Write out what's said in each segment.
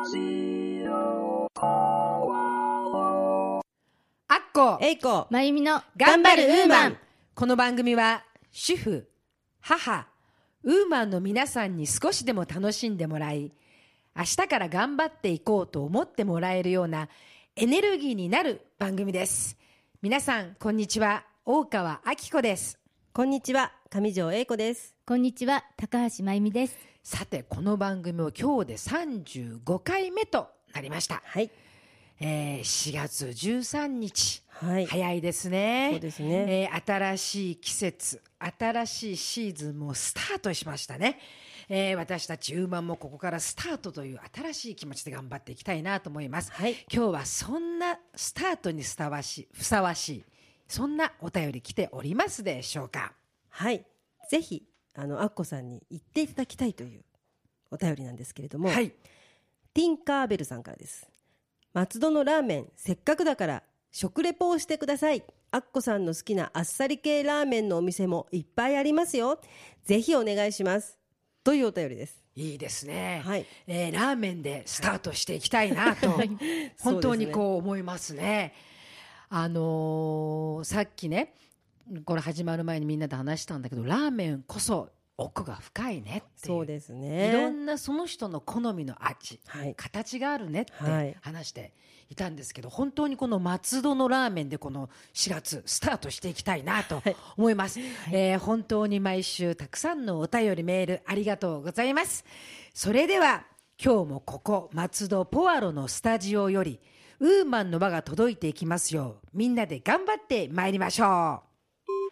アッコ、 えいこ、 まゆみの頑張るウーマン。この番組は主婦、母、ウーマンの皆さんに少しでも楽しんでもらい、明日から頑張っていこうと思ってもらえるようなエネルギーになる番組です。皆さんこんにちは、大川明子です。 こんにちは、上条英子です。 こんにちは、高橋まゆみです。 さて、この番組も今日で35回目となりました。 はい。 4月13日、 はい、 早いですね。 そうですね。 新しい季節、新しいシーズンもスタートしましたね。私たちウーマンもここからスタートという新しい気持ちで頑張っていきたいなと思います。 はい、 今日はそんなスタートにふさわしいそんなお便り来ておりますでしょうか。 はい、ぜひアッコさんに言っていただきたいというお便りなんですけれども、 はい、 ティンカーベルさんからです。松戸のラーメン、せっかくだから食レポをしてください。アッコさんの好きなあっさり系ラーメンのお店もいっぱいありますよ。ぜひお願いします、というお便りです。 いいですね。 はい、 ラーメンでスタートしていきたいなと、本当にこう思いますね。さっきね、これ始まる前にみんなで話したんだけど、ラーメンこそ奥が深いねっていう。 そうですね。 いろんなその人の好みの味、 はい、 形があるねってはい話していたんですけど、本当にこの松戸のラーメンでこの4月スタートしていきたいなと思います。本当に毎週たくさんのお便りメールありがとうございます。それでは今日もここ松戸ポアロのスタジオよりウーマンの輪が届いていきますよう、みんなで頑張ってまいりましょう。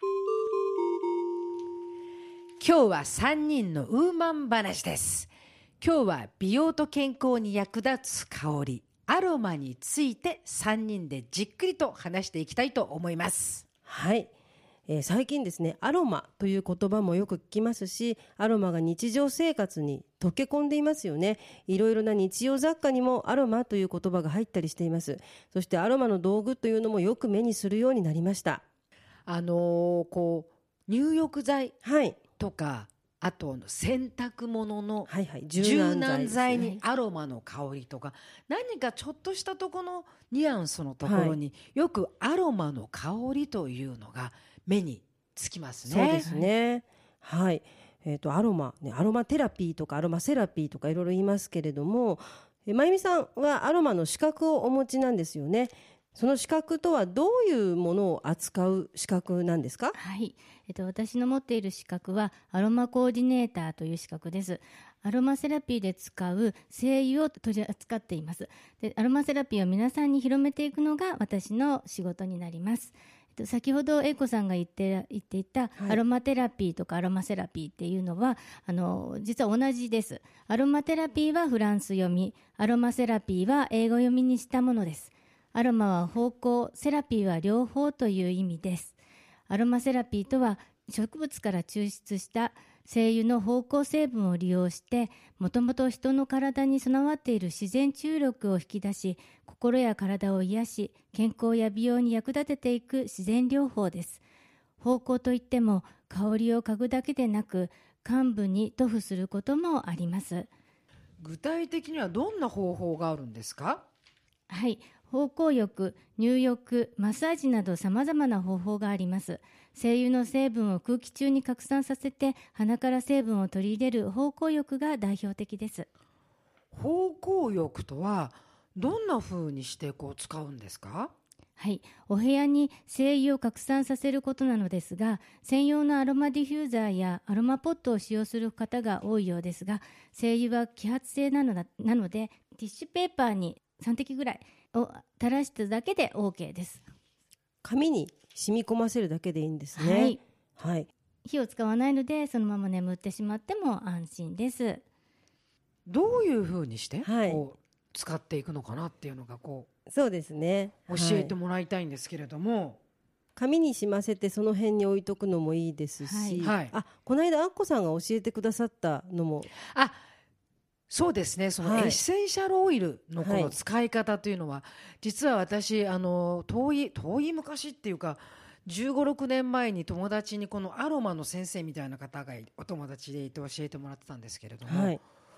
今日は3人のウーマン話です。今日は美容と健康に役立つ香り、アロマについて3人でじっくりと話していきたいと思います。 はい、最近ですね、アロマという言葉もよく聞きますし、アロマが日常生活に溶け込んでいますよね。いろいろな日用雑貨にもアロマという言葉が入ったりしています。そしてアロマの道具というのもよく目にするようになりました。 こう入浴剤はいとか、あと洗濯物のはいはい、 柔軟剤にアロマの香りとか、何かちょっとしたところのニュアンスのところによくアロマの香りというのが目につきますね。 そうですね。はい、アロマ、ね、アロマテラピーとかアロマセラピーとかいろいろ言いますけれども、まゆみさんはアロマの資格をお持ちなんですよね。その資格とはどういうものを扱う資格なんですか？ はい、私の持っている資格はアロマコーディネーターという資格です。アロマセラピーで使う精油を取り扱っています。で、アロマセラピーを皆さんに広めていくのが私の仕事になります。先ほど英子さんが言っていたアロマテラピーとかアロマセラピーっていうのは実は同じです。アロマテラピーはフランス読み、アロマセラピーは英語読みにしたものです。アロマは方向、セラピーは両方という意味です。アロマセラピーとは植物から抽出した精油の芳香成分を利用して、もともと人の体に備わっている自然治癒力を引き出し、心や体を癒し、健康や美容に役立てていく自然療法です。芳香といっても香りを嗅ぐだけでなく、患部に塗布することもあります。 具体的にはどんな方法があるんですか？ はい、芳香浴、入浴、マッサージなどさまざまな方法があります。精油の成分を空気中に拡散させて鼻から成分を取り入れる芳香浴が代表的です。 芳香浴とはどんな風にして使うんですか？ はい、お部屋に精油を拡散させることなのですが、専用のアロマディフューザーやアロマポットを使用する方が多いようですが、精油は揮発性なのでティッシュペーパーに3滴ぐらいを垂らしただけで OK です。 紙に染み込ませるだけでいいんですね。 はい、 はい、 火を使わないのでそのまま眠ってしまっても安心です。 どういうふうにして、 はい、 使っていくのかなっていうのがそうですね、 教えてもらいたいんですけれども、 紙にしませてその辺に置いとくのもいいですし、 はいはい、 この間アッコさんが教えてくださったのもそうですね、そのエッセンシャルオイルのこの使い方というのは、実は私遠い昔っていうか15、16年前に友達にこのアロマの先生みたいな方がお友達でいて教えてもらってたんですけれども、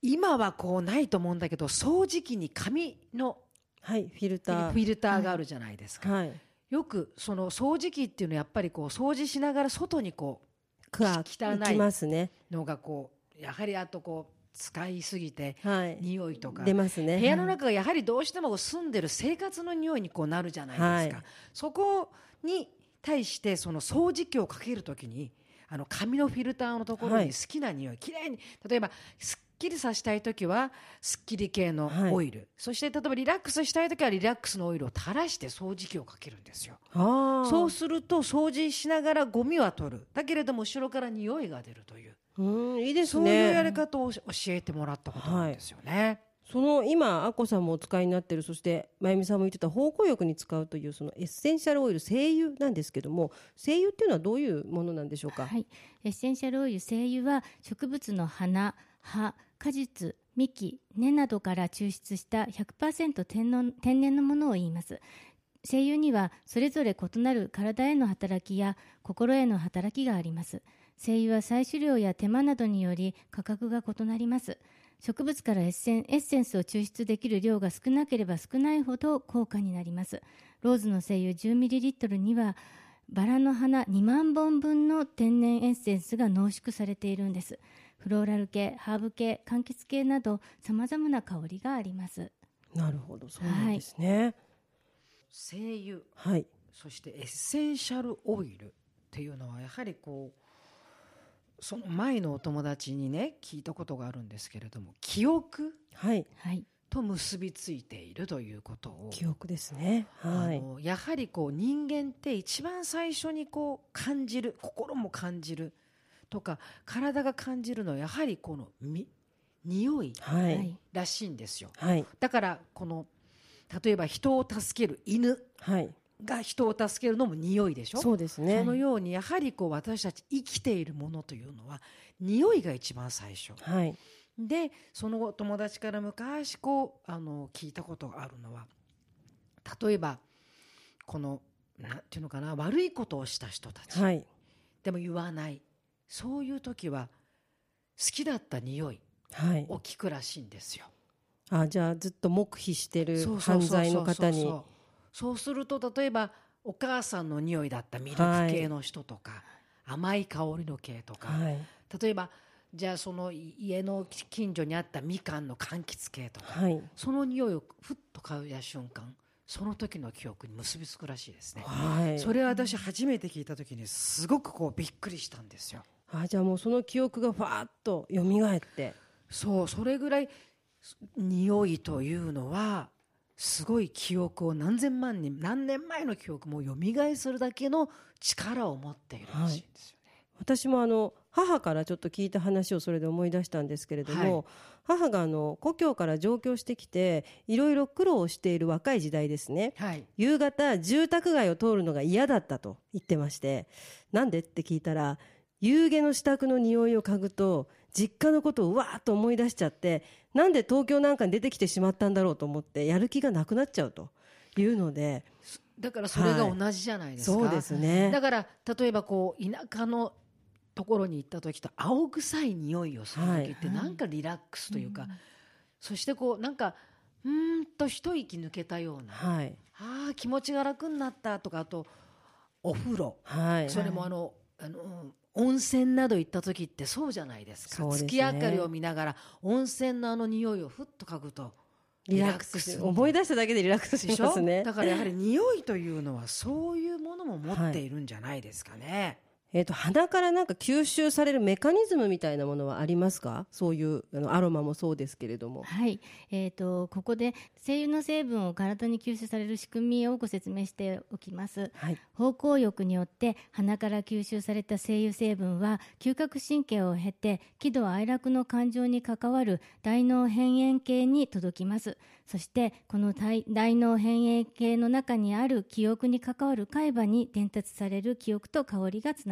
今はこうないと思うんだけど、掃除機に紙のはい、フィルターがあるじゃないですか、 ー。はい。 よくその掃除機っていうのはやっぱりこう掃除しながら外にこう汚行きますね。 いのがこうやはりあとこう使いすぎてはい。 匂いとか出ますね。 部屋の中がやはりどうしても住んでる生活の匂いにこうなるじゃないですか、 はいそこに対してその掃除機をかけるときに紙のフィルターのところに好きな匂い、きれいに、例えばすっきりさせたいときはすっきり系のオイル、そして例えばリラックスしたいときはリラックスのオイルを垂らして掃除機をかけるんですよ。そうすると掃除しながらゴミは取る、だけれども後ろから匂いが出るという、 いいですね。 そういうやり方を教えてもらったことなんですよね。 その今アッコさんもお使いになっている、そしてまゆみさんも言ってた芳香浴に使うというそのエッセンシャルオイル精油なんですけども、精油っていうのはどういうものなんでしょうか。 はい、エッセンシャルオイル精油は植物の花、葉、果実、幹、根などから抽出した 100% 天然のものを言います。精油にはそれぞれ異なる体への働きや心への働きがあります。精油は採取量や手間などにより価格が異なります。植物からエッセンスを抽出できる量が少なければ少ないほど高価になります。ローズの精油 10ml にはバラの花2万本分の天然エッセンスが濃縮されているんです。フローラル系、ハーブ系、柑橘系などさまざまな香りがあります。 なるほど、そうなんですね。 精油、 はい、 そしてエッセンシャルオイルっていうのはやはりこうその前のお友達にね聞いたことがあるんですけれども、記憶はいと結びついているということを、 記憶ですね。はい。 やはりこう人間って一番最初にこう感じる、心も感じるとか体が感じるのはやはりこの匂いはいらしいんですよ。 はい。 だからこの例えば人を助ける犬はいが人を助けるのも匂いでしょ。 そうですね。 そのようにやはりこう私たち生きているものというのは匂いが一番最初、 はい。 でその友達から昔こう聞いたことがあるのは、例えばこのなんていうのかな、悪いことをした人たち、 はい。 でも言わない、そういう時は好きだった匂いはい。 を聞くらしいんですよ。 あ、じゃあずっと黙秘してるそうそう犯そうそう罪の方に。 そうすると例えばお母さんの匂いだったミルク系の人とか、甘い香りの系とか、 はい。 例えばじゃあその家の近所にあったみかんの柑橘系とか、 はい。 その匂いをふっと嗅いだ瞬間、その時の記憶に結びつくらしいですね。 はい。 それは私初めて聞いた時にすごくこうびっくりしたんですよ。 あ、じゃあもうその記憶がファーッと蘇って。 そう、それぐらい匂いというのはすごい記憶を何千万人、何年前の記憶も蘇するだけの力を持っているらしいんですよね。 私も母からちょっと聞いた話をそれで思い出したんですけれども、母が故郷から上京してきていろいろ苦労をしている若い時代ですね、夕方住宅街を通るのが嫌だったと言ってまして、なんでって聞いたら、夕げの支度の匂いを嗅ぐと実家のことをうわーっと思い出しちゃって、なんで東京なんかに出てきてしまったんだろうと思ってやる気がなくなっちゃうというので、 だからそれが同じじゃないですか、 そうですね。 だから例えばこう田舎のところに行った時と青臭い匂いをする時ってなんかリラックスというか、そしてこうなんかと一息抜けたような、気持ちが楽になったとか、あとお風呂、それも温泉など行った時ってそうじゃないですか。 そうですね、 月明かりを見ながら温泉の匂いをふっと嗅ぐとリラックス、 思い出しただけでリラックスしますね。 だからやはり匂いというのはそういうものも持っているんじゃないですかね。 鼻からなんか吸収されるメカニズムみたいなものはありますか？そういうアロマもそうですけれども。 はい、ここで精油の成分を体に吸収される仕組みをご説明しておきます。芳香浴によって鼻から吸収された精油成分は嗅覚神経を経て喜怒哀楽の感情に関わる大脳辺縁系に届きます。そしてこの大脳辺縁系の中にある記憶に関わる海馬に伝達される記憶と香りがつな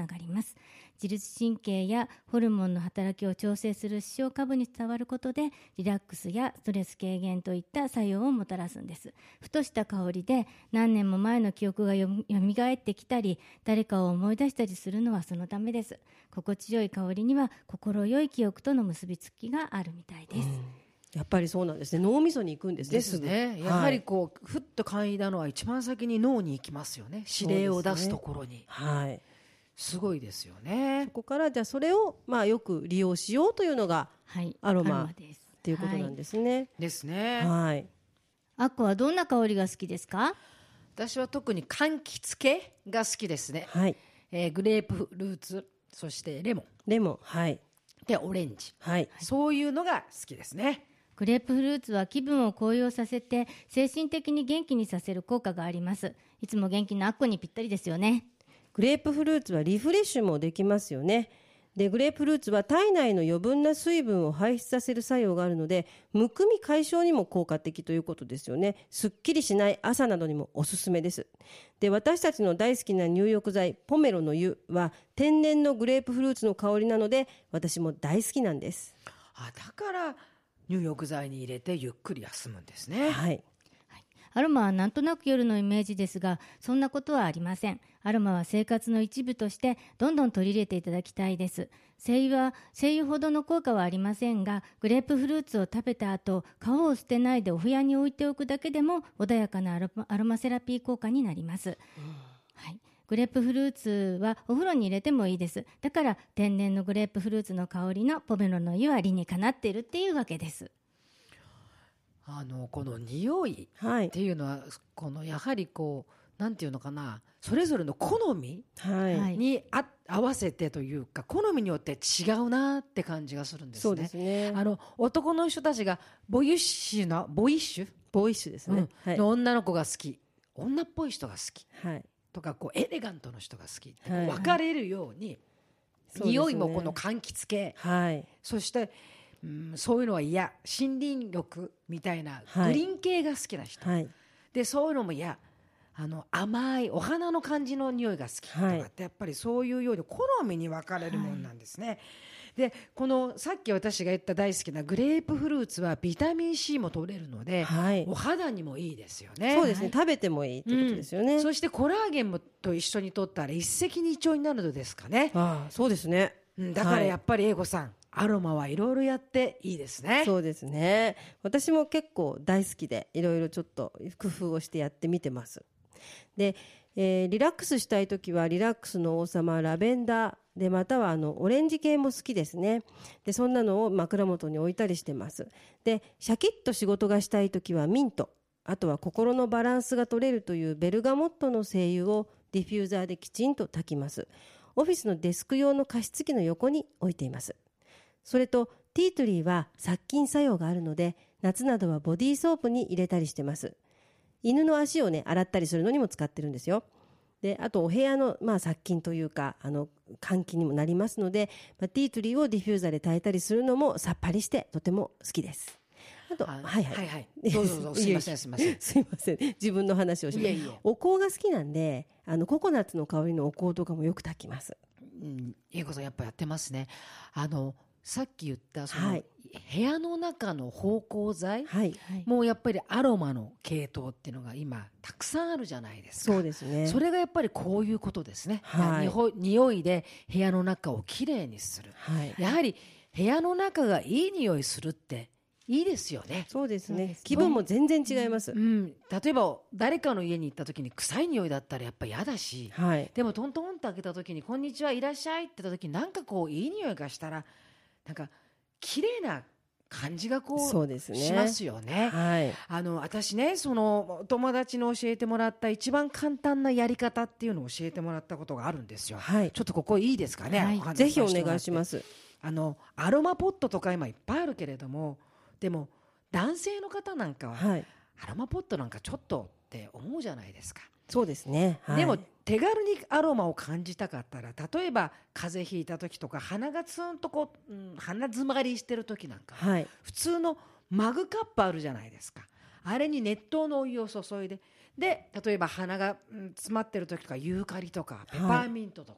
がります。自律神経やホルモンの働きを調整する視床下部に伝わることで、リラックスやストレス軽減といった作用をもたらすんです。ふとした香りで何年も前の記憶がよみがえってきたり、誰かを思い出したりするのはそのためです。心地よい香りには心よい記憶との結びつきがあるみたいです。 やっぱりそうなんですね。脳みそに行くんですね。 ですね。やはりこう、ふっと感じたのは一番先に脳に行きますよね。指令を出すところに。 はい。 すごいですよね。 そこからじゃあそれをよく利用しようというのが、アロマですっていうことなんですね。 ですね。 はい。 あっこはどんな香りが好きですか？ 私は特に柑橘系が好きですね。 はい。 グレープフルーツ、そしてレモン。 はい。 で、オレンジ。 はい。 そういうのが好きですね。 グレープフルーツは気分を高揚させて精神的に元気にさせる効果があります。いつも元気なあっこにぴったりですよね。 グレープフルーツはリフレッシュもできますよね。で、グレープフルーツは体内の余分な水分を排出させる作用があるので、むくみ解消にも効果的ということですよね。すっきりしない朝などにもおすすめです。で、私たちの大好きな入浴剤ポメロの湯は天然のグレープフルーツの香りなので、私も大好きなんです。 だから入浴剤に入れてゆっくり休むんですね。 はい。 アロマはなんとなく夜のイメージですが、そんなことはありません。アロマは生活の一部としてどんどん取り入れていただきたいです。精油ほどの効果はありませんが、グレープフルーツを食べた後、皮を捨てないでお部屋に置いておくだけでも穏やかなアロマセラピー効果になります。はい。グレープフルーツはお風呂に入れてもいいです。だから天然のグレープフルーツの香りのポメロの湯は理にかなっているっていうわけです。 この匂いっていうのは、やはりなんていうのかな、それぞれの好みに合わせてというか、好みによって違うなって感じがするんですね。 そうですね。 男の人たちがボイッシュですね、の女の子が好き、女っぽい人が好き、とかエレガントの人が好きって分かれるように、匂いもこの柑橘系、そしてそういうのは嫌、森林浴みたいなグリーン系が好きな人、でそういうのも嫌、甘いお花の感じの匂いが好きとかって、やっぱりそういうように好みに分かれるもんなんですね。でさっき私が言った大好きなグレープフルーツはビタミン C も取れるので、お肌にもいいですよね。 そうですね。食べてもいいってことですよね。 そしてコラーゲンもと一緒に取ったら一石二鳥になるのですかね。 そうですね。 だからやっぱり英子さん、アロマはいろいろやっていいですね。 そうですね。私も結構大好きで、いろいろちょっと工夫をしてやってみてます。で、リラックスしたいときはリラックスの王様ラベンダーで、またはオレンジ系も好きですね。で、そんなのを枕元に置いたりしてます。で、シャキッと仕事がしたいときはミント、あとは心のバランスが取れるというベルガモットの精油をディフューザーできちんと炊きます。オフィスのデスク用の加湿器の横に置いています。それとティートリーは殺菌作用があるので、夏などはボディーソープに入れたりしてます。犬の足をね洗ったりするのにも使ってるんですよ。で、あとお部屋の殺菌というか換気にもなりますので、ティートリーをディフューザーで炊いたりするのもさっぱりしてとても好きです。あとどうぞすいませんすいません自分の話をします。お香が好きなんで、ココナッツの香りのお香とかもよく炊きます。 英子さんやっぱやってますね。さっき言った部屋の中の芳香剤、もうやっぱりアロマの系統っていうのが今たくさんあるじゃないですか。 そうですね。 それがやっぱりこういうことですね。匂いで部屋の中をきれいにする、やはり部屋の中がいい匂いするっていいですよね。 そうですね。気分も全然違います。 例えば誰かの家に行った時に臭い匂いだったらやっぱり嫌だし、でもトントンと開けた時にこんにちはいらっしゃいって言った時になんかいい匂いがしたらなんか綺麗な感じがそうですね、 しますよね。私ね、友達に教えてもらった一番簡単なやり方っていうのを教えてもらったことがあるんですよ。ちょっとここいいですかね。 ぜひお願いします。 アロマポットとか今いっぱいあるけれども、でも男性の方なんかは、アロマポットなんかちょっとって思うじゃないですか。 そうですね。 でも手軽にアロマを感じたかったら、例えば風邪ひいた時とか鼻がツンと鼻詰まりしてる時なんか、普通のマグカップあるじゃないですか。あれに熱湯のお湯を注いで、例えば鼻が詰まってる時とかユーカリとかペパーミントとか、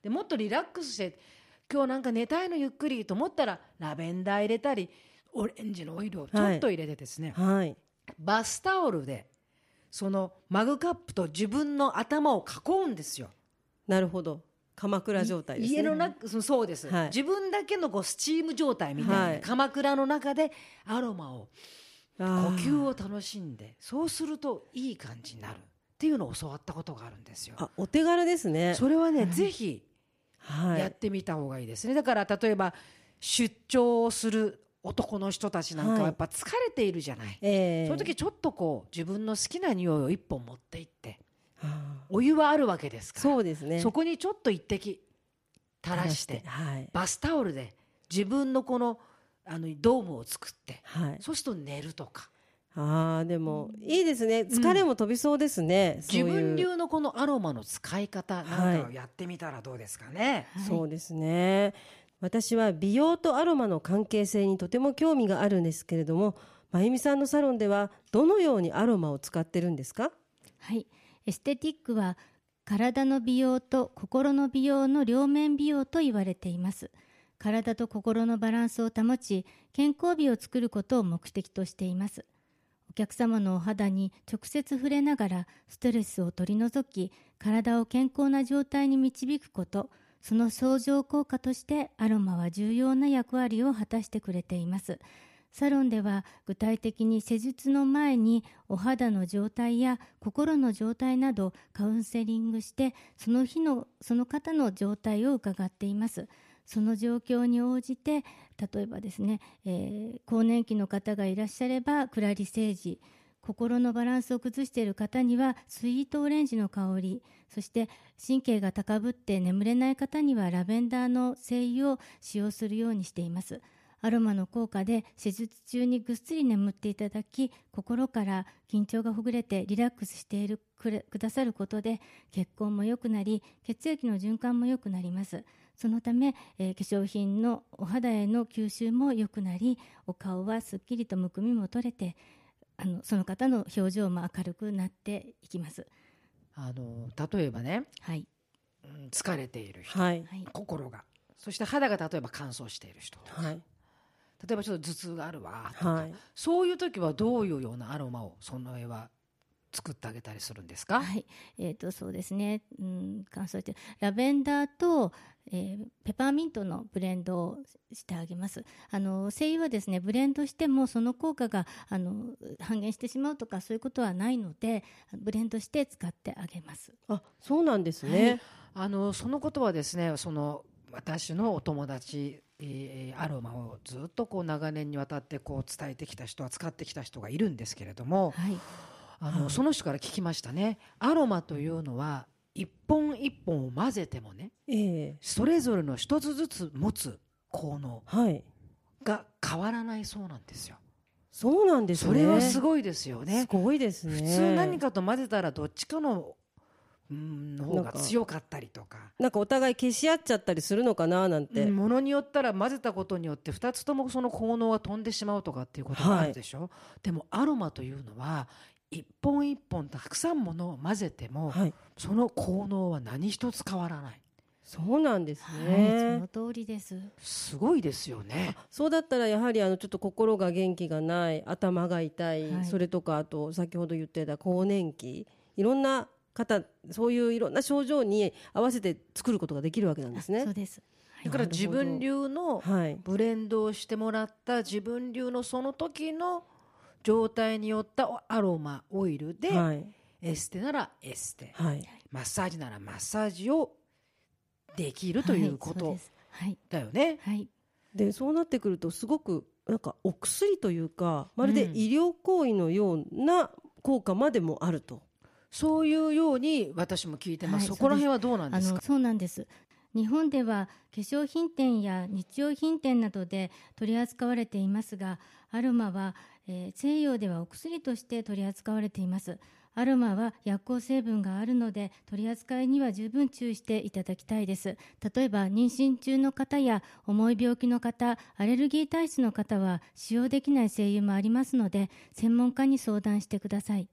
でもっとリラックスして今日なんか寝たいのゆっくりと思ったらラベンダー入れたりオレンジのオイルをちょっと入れてですね、 はい、 バスタオルでそのマグカップと自分の頭を囲うんですよ。 なるほど、鎌倉状態ですね。 家の中、そうです、 はい、 自分だけのこうスチーム状態みたいな、はい、鎌倉の中でアロマを呼吸を楽しんで、そうするといい感じになるっていうのを教わったことがあるんですよ。 お手軽ですね。 それはね、ぜひやってみた方がいいですね。だから例えば出張をする男の人たちなんかはやっぱ疲れているじゃない、そういう時ちょっとこう自分の好きな匂いを一本持っていって、お湯はあるわけですから、 そうですね、 そこにちょっと一滴垂らして、はい、バスタオルで自分のこのドームを作って、はい、そうすると寝るとか。 でもいいですね、疲れも飛びそうですね、 自分流のこのアロマの使い方なんかをやってみたらどうですかね。 はい、そうですね。私は美容とアロマの関係性にとても興味があるんですけれども、まゆみさんのサロンではどのようにアロマを使ってるんですか？ はい、エステティックは体の美容と心の美容の両面美容と言われています。体と心のバランスを保ち、健康美を作ることを目的としています。お客様のお肌に直接触れながらストレスを取り除き、体を健康な状態に導くこと、その相乗効果としてアロマは重要な役割を果たしてくれています。サロンでは具体的に施術の前にお肌の状態や心の状態などカウンセリングして、その日のその方の状態を伺っています。その状況に応じて、例えばですね、更年期の方がいらっしゃればクラリセージ、心のバランスを崩している方にはスイートオレンジの香り、そして神経が高ぶって眠れない方にはラベンダーの精油を使用するようにしています。アロマの効果で施術中にぐっすり眠っていただき、心から緊張がほぐれてリラックスしてくださることで血行も良くなり、血液の循環も良くなります。そのため、化粧品のお肌への吸収も良くなり、お顔はすっきりとむくみも取れて、その方の表情も明るくなっていきます。 例えばね、 はい、 疲れている人、 はい、 心が、そして肌が例えば乾燥している人とか、はい、例えばちょっと頭痛があるわとか、はい、そういう時はどういうようなアロマをその絵は作ってあげたりするんですか？ はい、そうですね、乾燥してラベンダーと、ペパーミントのブレンドをしてあげます。精油はですね、ブレンドしてもその効果が半減してしまうとかそういうことはないので、ブレンドして使ってあげます。 そうなんですね。 はい、そのことはですね、私のお友達、アロマをずっとこう長年にわたってこう伝えてきた人は使ってきた人がいるんですけれども、はい、その人から聞きましたね。アロマというのは一本一本を混ぜてもね、それぞれの一つずつ持つ効能が変わらないそうなんですよ。 そうなんですね。 それはすごいですよね。 すごいですね。 普通何かと混ぜたらどっちかの方が強かったりとか、 なんかお互い消し合っちゃったりするのかななんて、 ものによったら混ぜたことによって2つともその効能が飛んでしまうとかっていうことがあるでしょ、はい、でもアロマというのは一本一本たくさんものを混ぜても、はい、その効能は何一つ変わらない。 そうなんですね、 はい、その通りです。 すごいですよね。 そうだったらやはりちょっと心が元気がない、頭が痛い、 はい、 それとかあと先ほど言ってた更年期、いろんな方、そういういろんな症状に合わせて作ることができるわけなんですね。 そうです。 だから自分流のブレンドをしてもらった自分流のその時の状態によったアロマオイルで、はい、エステならエステ、はい、マッサージならマッサージをできるということだよね。 はい、 でそうなってくるとすごくなんかお薬というか、まるで医療行為のような効果までもあると、 そういうように私も聞いてます。はい、そこら辺はどうなんですか？ そうなんです。日本では化粧品店や日用品店などで取り扱われていますが、アロマは、西洋ではお薬として取り扱われています。アロマは薬効成分があるので取り扱いには十分注意していただきたいです。例えば妊娠中の方や重い病気の方、アレルギー体質の方は使用できない精油もありますので、専門家に相談してください。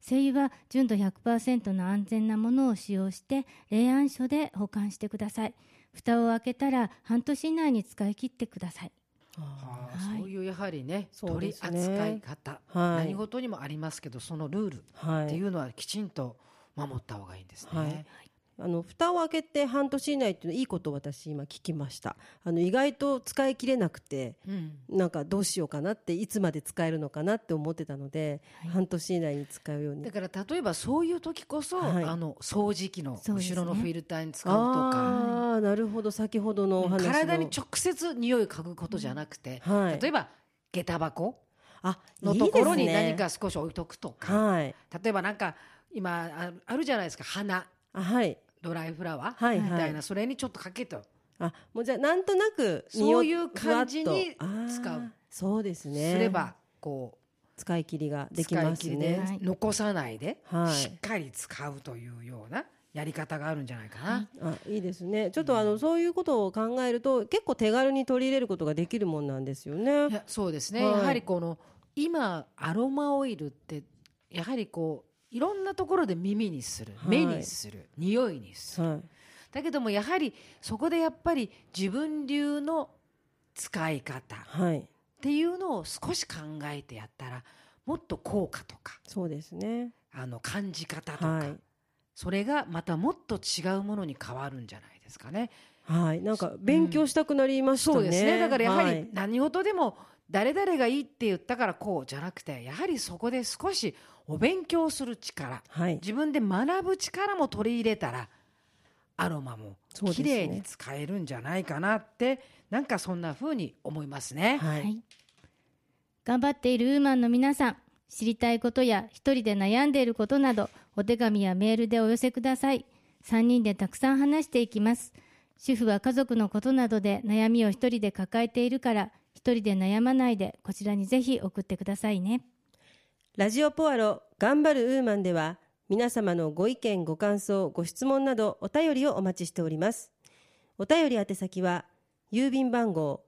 精油は純度 100% の安全なものを使用して冷暗所で保管してください。蓋を開けたら半年以内に使い切ってください。 そういうやはりね、取りそうですね扱い方、何事にもありますけど、そのルールっていうのはきちんと守った方がいいんですね。 蓋を開けて半年以内っていうのいいことを私今聞きました。意外と使い切れなくて、なんかどうしようかなって、いつまで使えるのかなって思ってたので、半年以内に使うように。 だから例えばそういう時こそ、掃除機の後ろのフィルターに使うとか、 なるほど、先ほどのお話の体に直接匂いを嗅ぐことじゃなくて、例えば下駄箱のところに何か少し置いとくとか、例えばなんか今あるじゃないですか、花、ドライフラワーみたいな、それにちょっとかけて、 もうじゃあなんとなくそういう感じに使う、 そうですね、 すればこう使い切りができますね。 残さないで、しっかり使うというようなやり方があるんじゃないかな。 いいですね。ちょっとそういうことを考えると結構手軽に取り入れることができるもんなんですよね。 いや、そうですね、やはりこの今アロマオイルってやはりこういろんなところで耳にする、目にする、匂いにする、だけどもやはりそこでやっぱり自分流の使い方っていうのを少し考えてやったら、もっと効果とか、 そうですね、 感じ方とか、それがまたもっと違うものに変わるんじゃないですかね。 なんか勉強したくなりましたね。 そうですね。だからやはり何事でも誰々がいいって言ったからこうじゃなくて、やはりそこで少しお勉強する力、自分で学ぶ力も取り入れたら、アロマもきれいに使えるんじゃないかなって、なんかそんな風に思いますね。 頑張っているウーマンの皆さん、知りたいことや一人で悩んでいることなど、お手紙やメールでお寄せください。3人でたくさん話していきます。主婦は家族のことなどで悩みを一人で抱えているから、一人で悩まないでこちらにぜひ送ってくださいね。 ラジオポアロ頑張るウーマンでは、皆様のご意見ご感想ご質問などお便りをお待ちしております。お便り宛先は郵便番号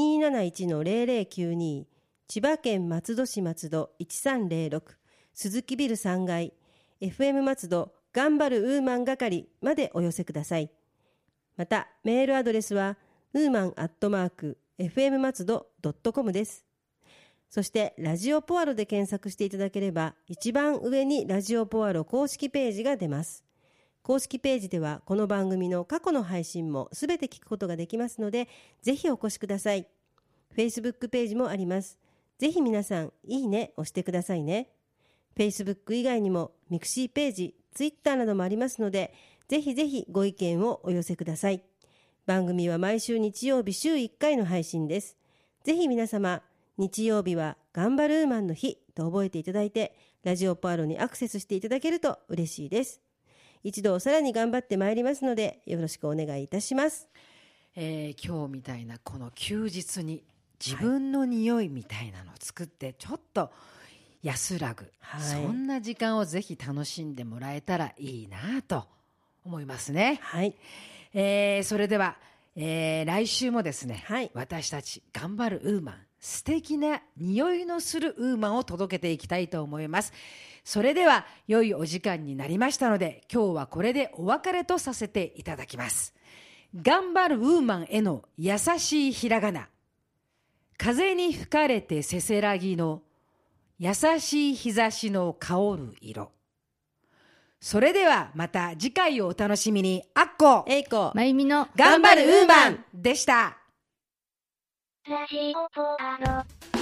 271-0092 千葉県松戸市松戸 1306 鈴木ビル3階 FM 松戸頑張るウーマン係までお寄せください。またメールアドレスはuman@fm松戸.com です。そしてラジオポアロで検索していただければ、一番上にラジオポアロ公式ページが出ます。公式ページではこの番組の過去の配信もすべて聞くことができますので、ぜひお越しください。Facebook ページもあります。ぜひ皆さんいいね押してくださいね。Facebook 以外にもミクシーページ、Twitter などもありますので、ぜひぜひご意見をお寄せください。番組は毎週日曜日週1回の配信です。ぜひ皆様、日曜日は頑張るウーマンの日と覚えていただいて、ラジオポアロにアクセスしていただけると嬉しいです。一度さらに頑張ってまいりますので、よろしくお願いいたします。 今日みたいなこの休日に自分の匂いみたいなのを作ってちょっと安らぐ、そんな時間をぜひ楽しんでもらえたらいいなと思いますね。それでは、来週もですね、私たち頑張るウーマン、素敵な匂いのするウーマンを届けていきたいと思います。それでは良いお時間になりましたので、今日はこれでお別れとさせていただきます。頑張るウーマンへの優しいひらがな、風に吹かれてせせらぎの優しい日差しの香る色。それではまた次回をお楽しみに。あっこ、 えいこ、 まゆみの頑張るウーマンでした。 ラジオポアロ。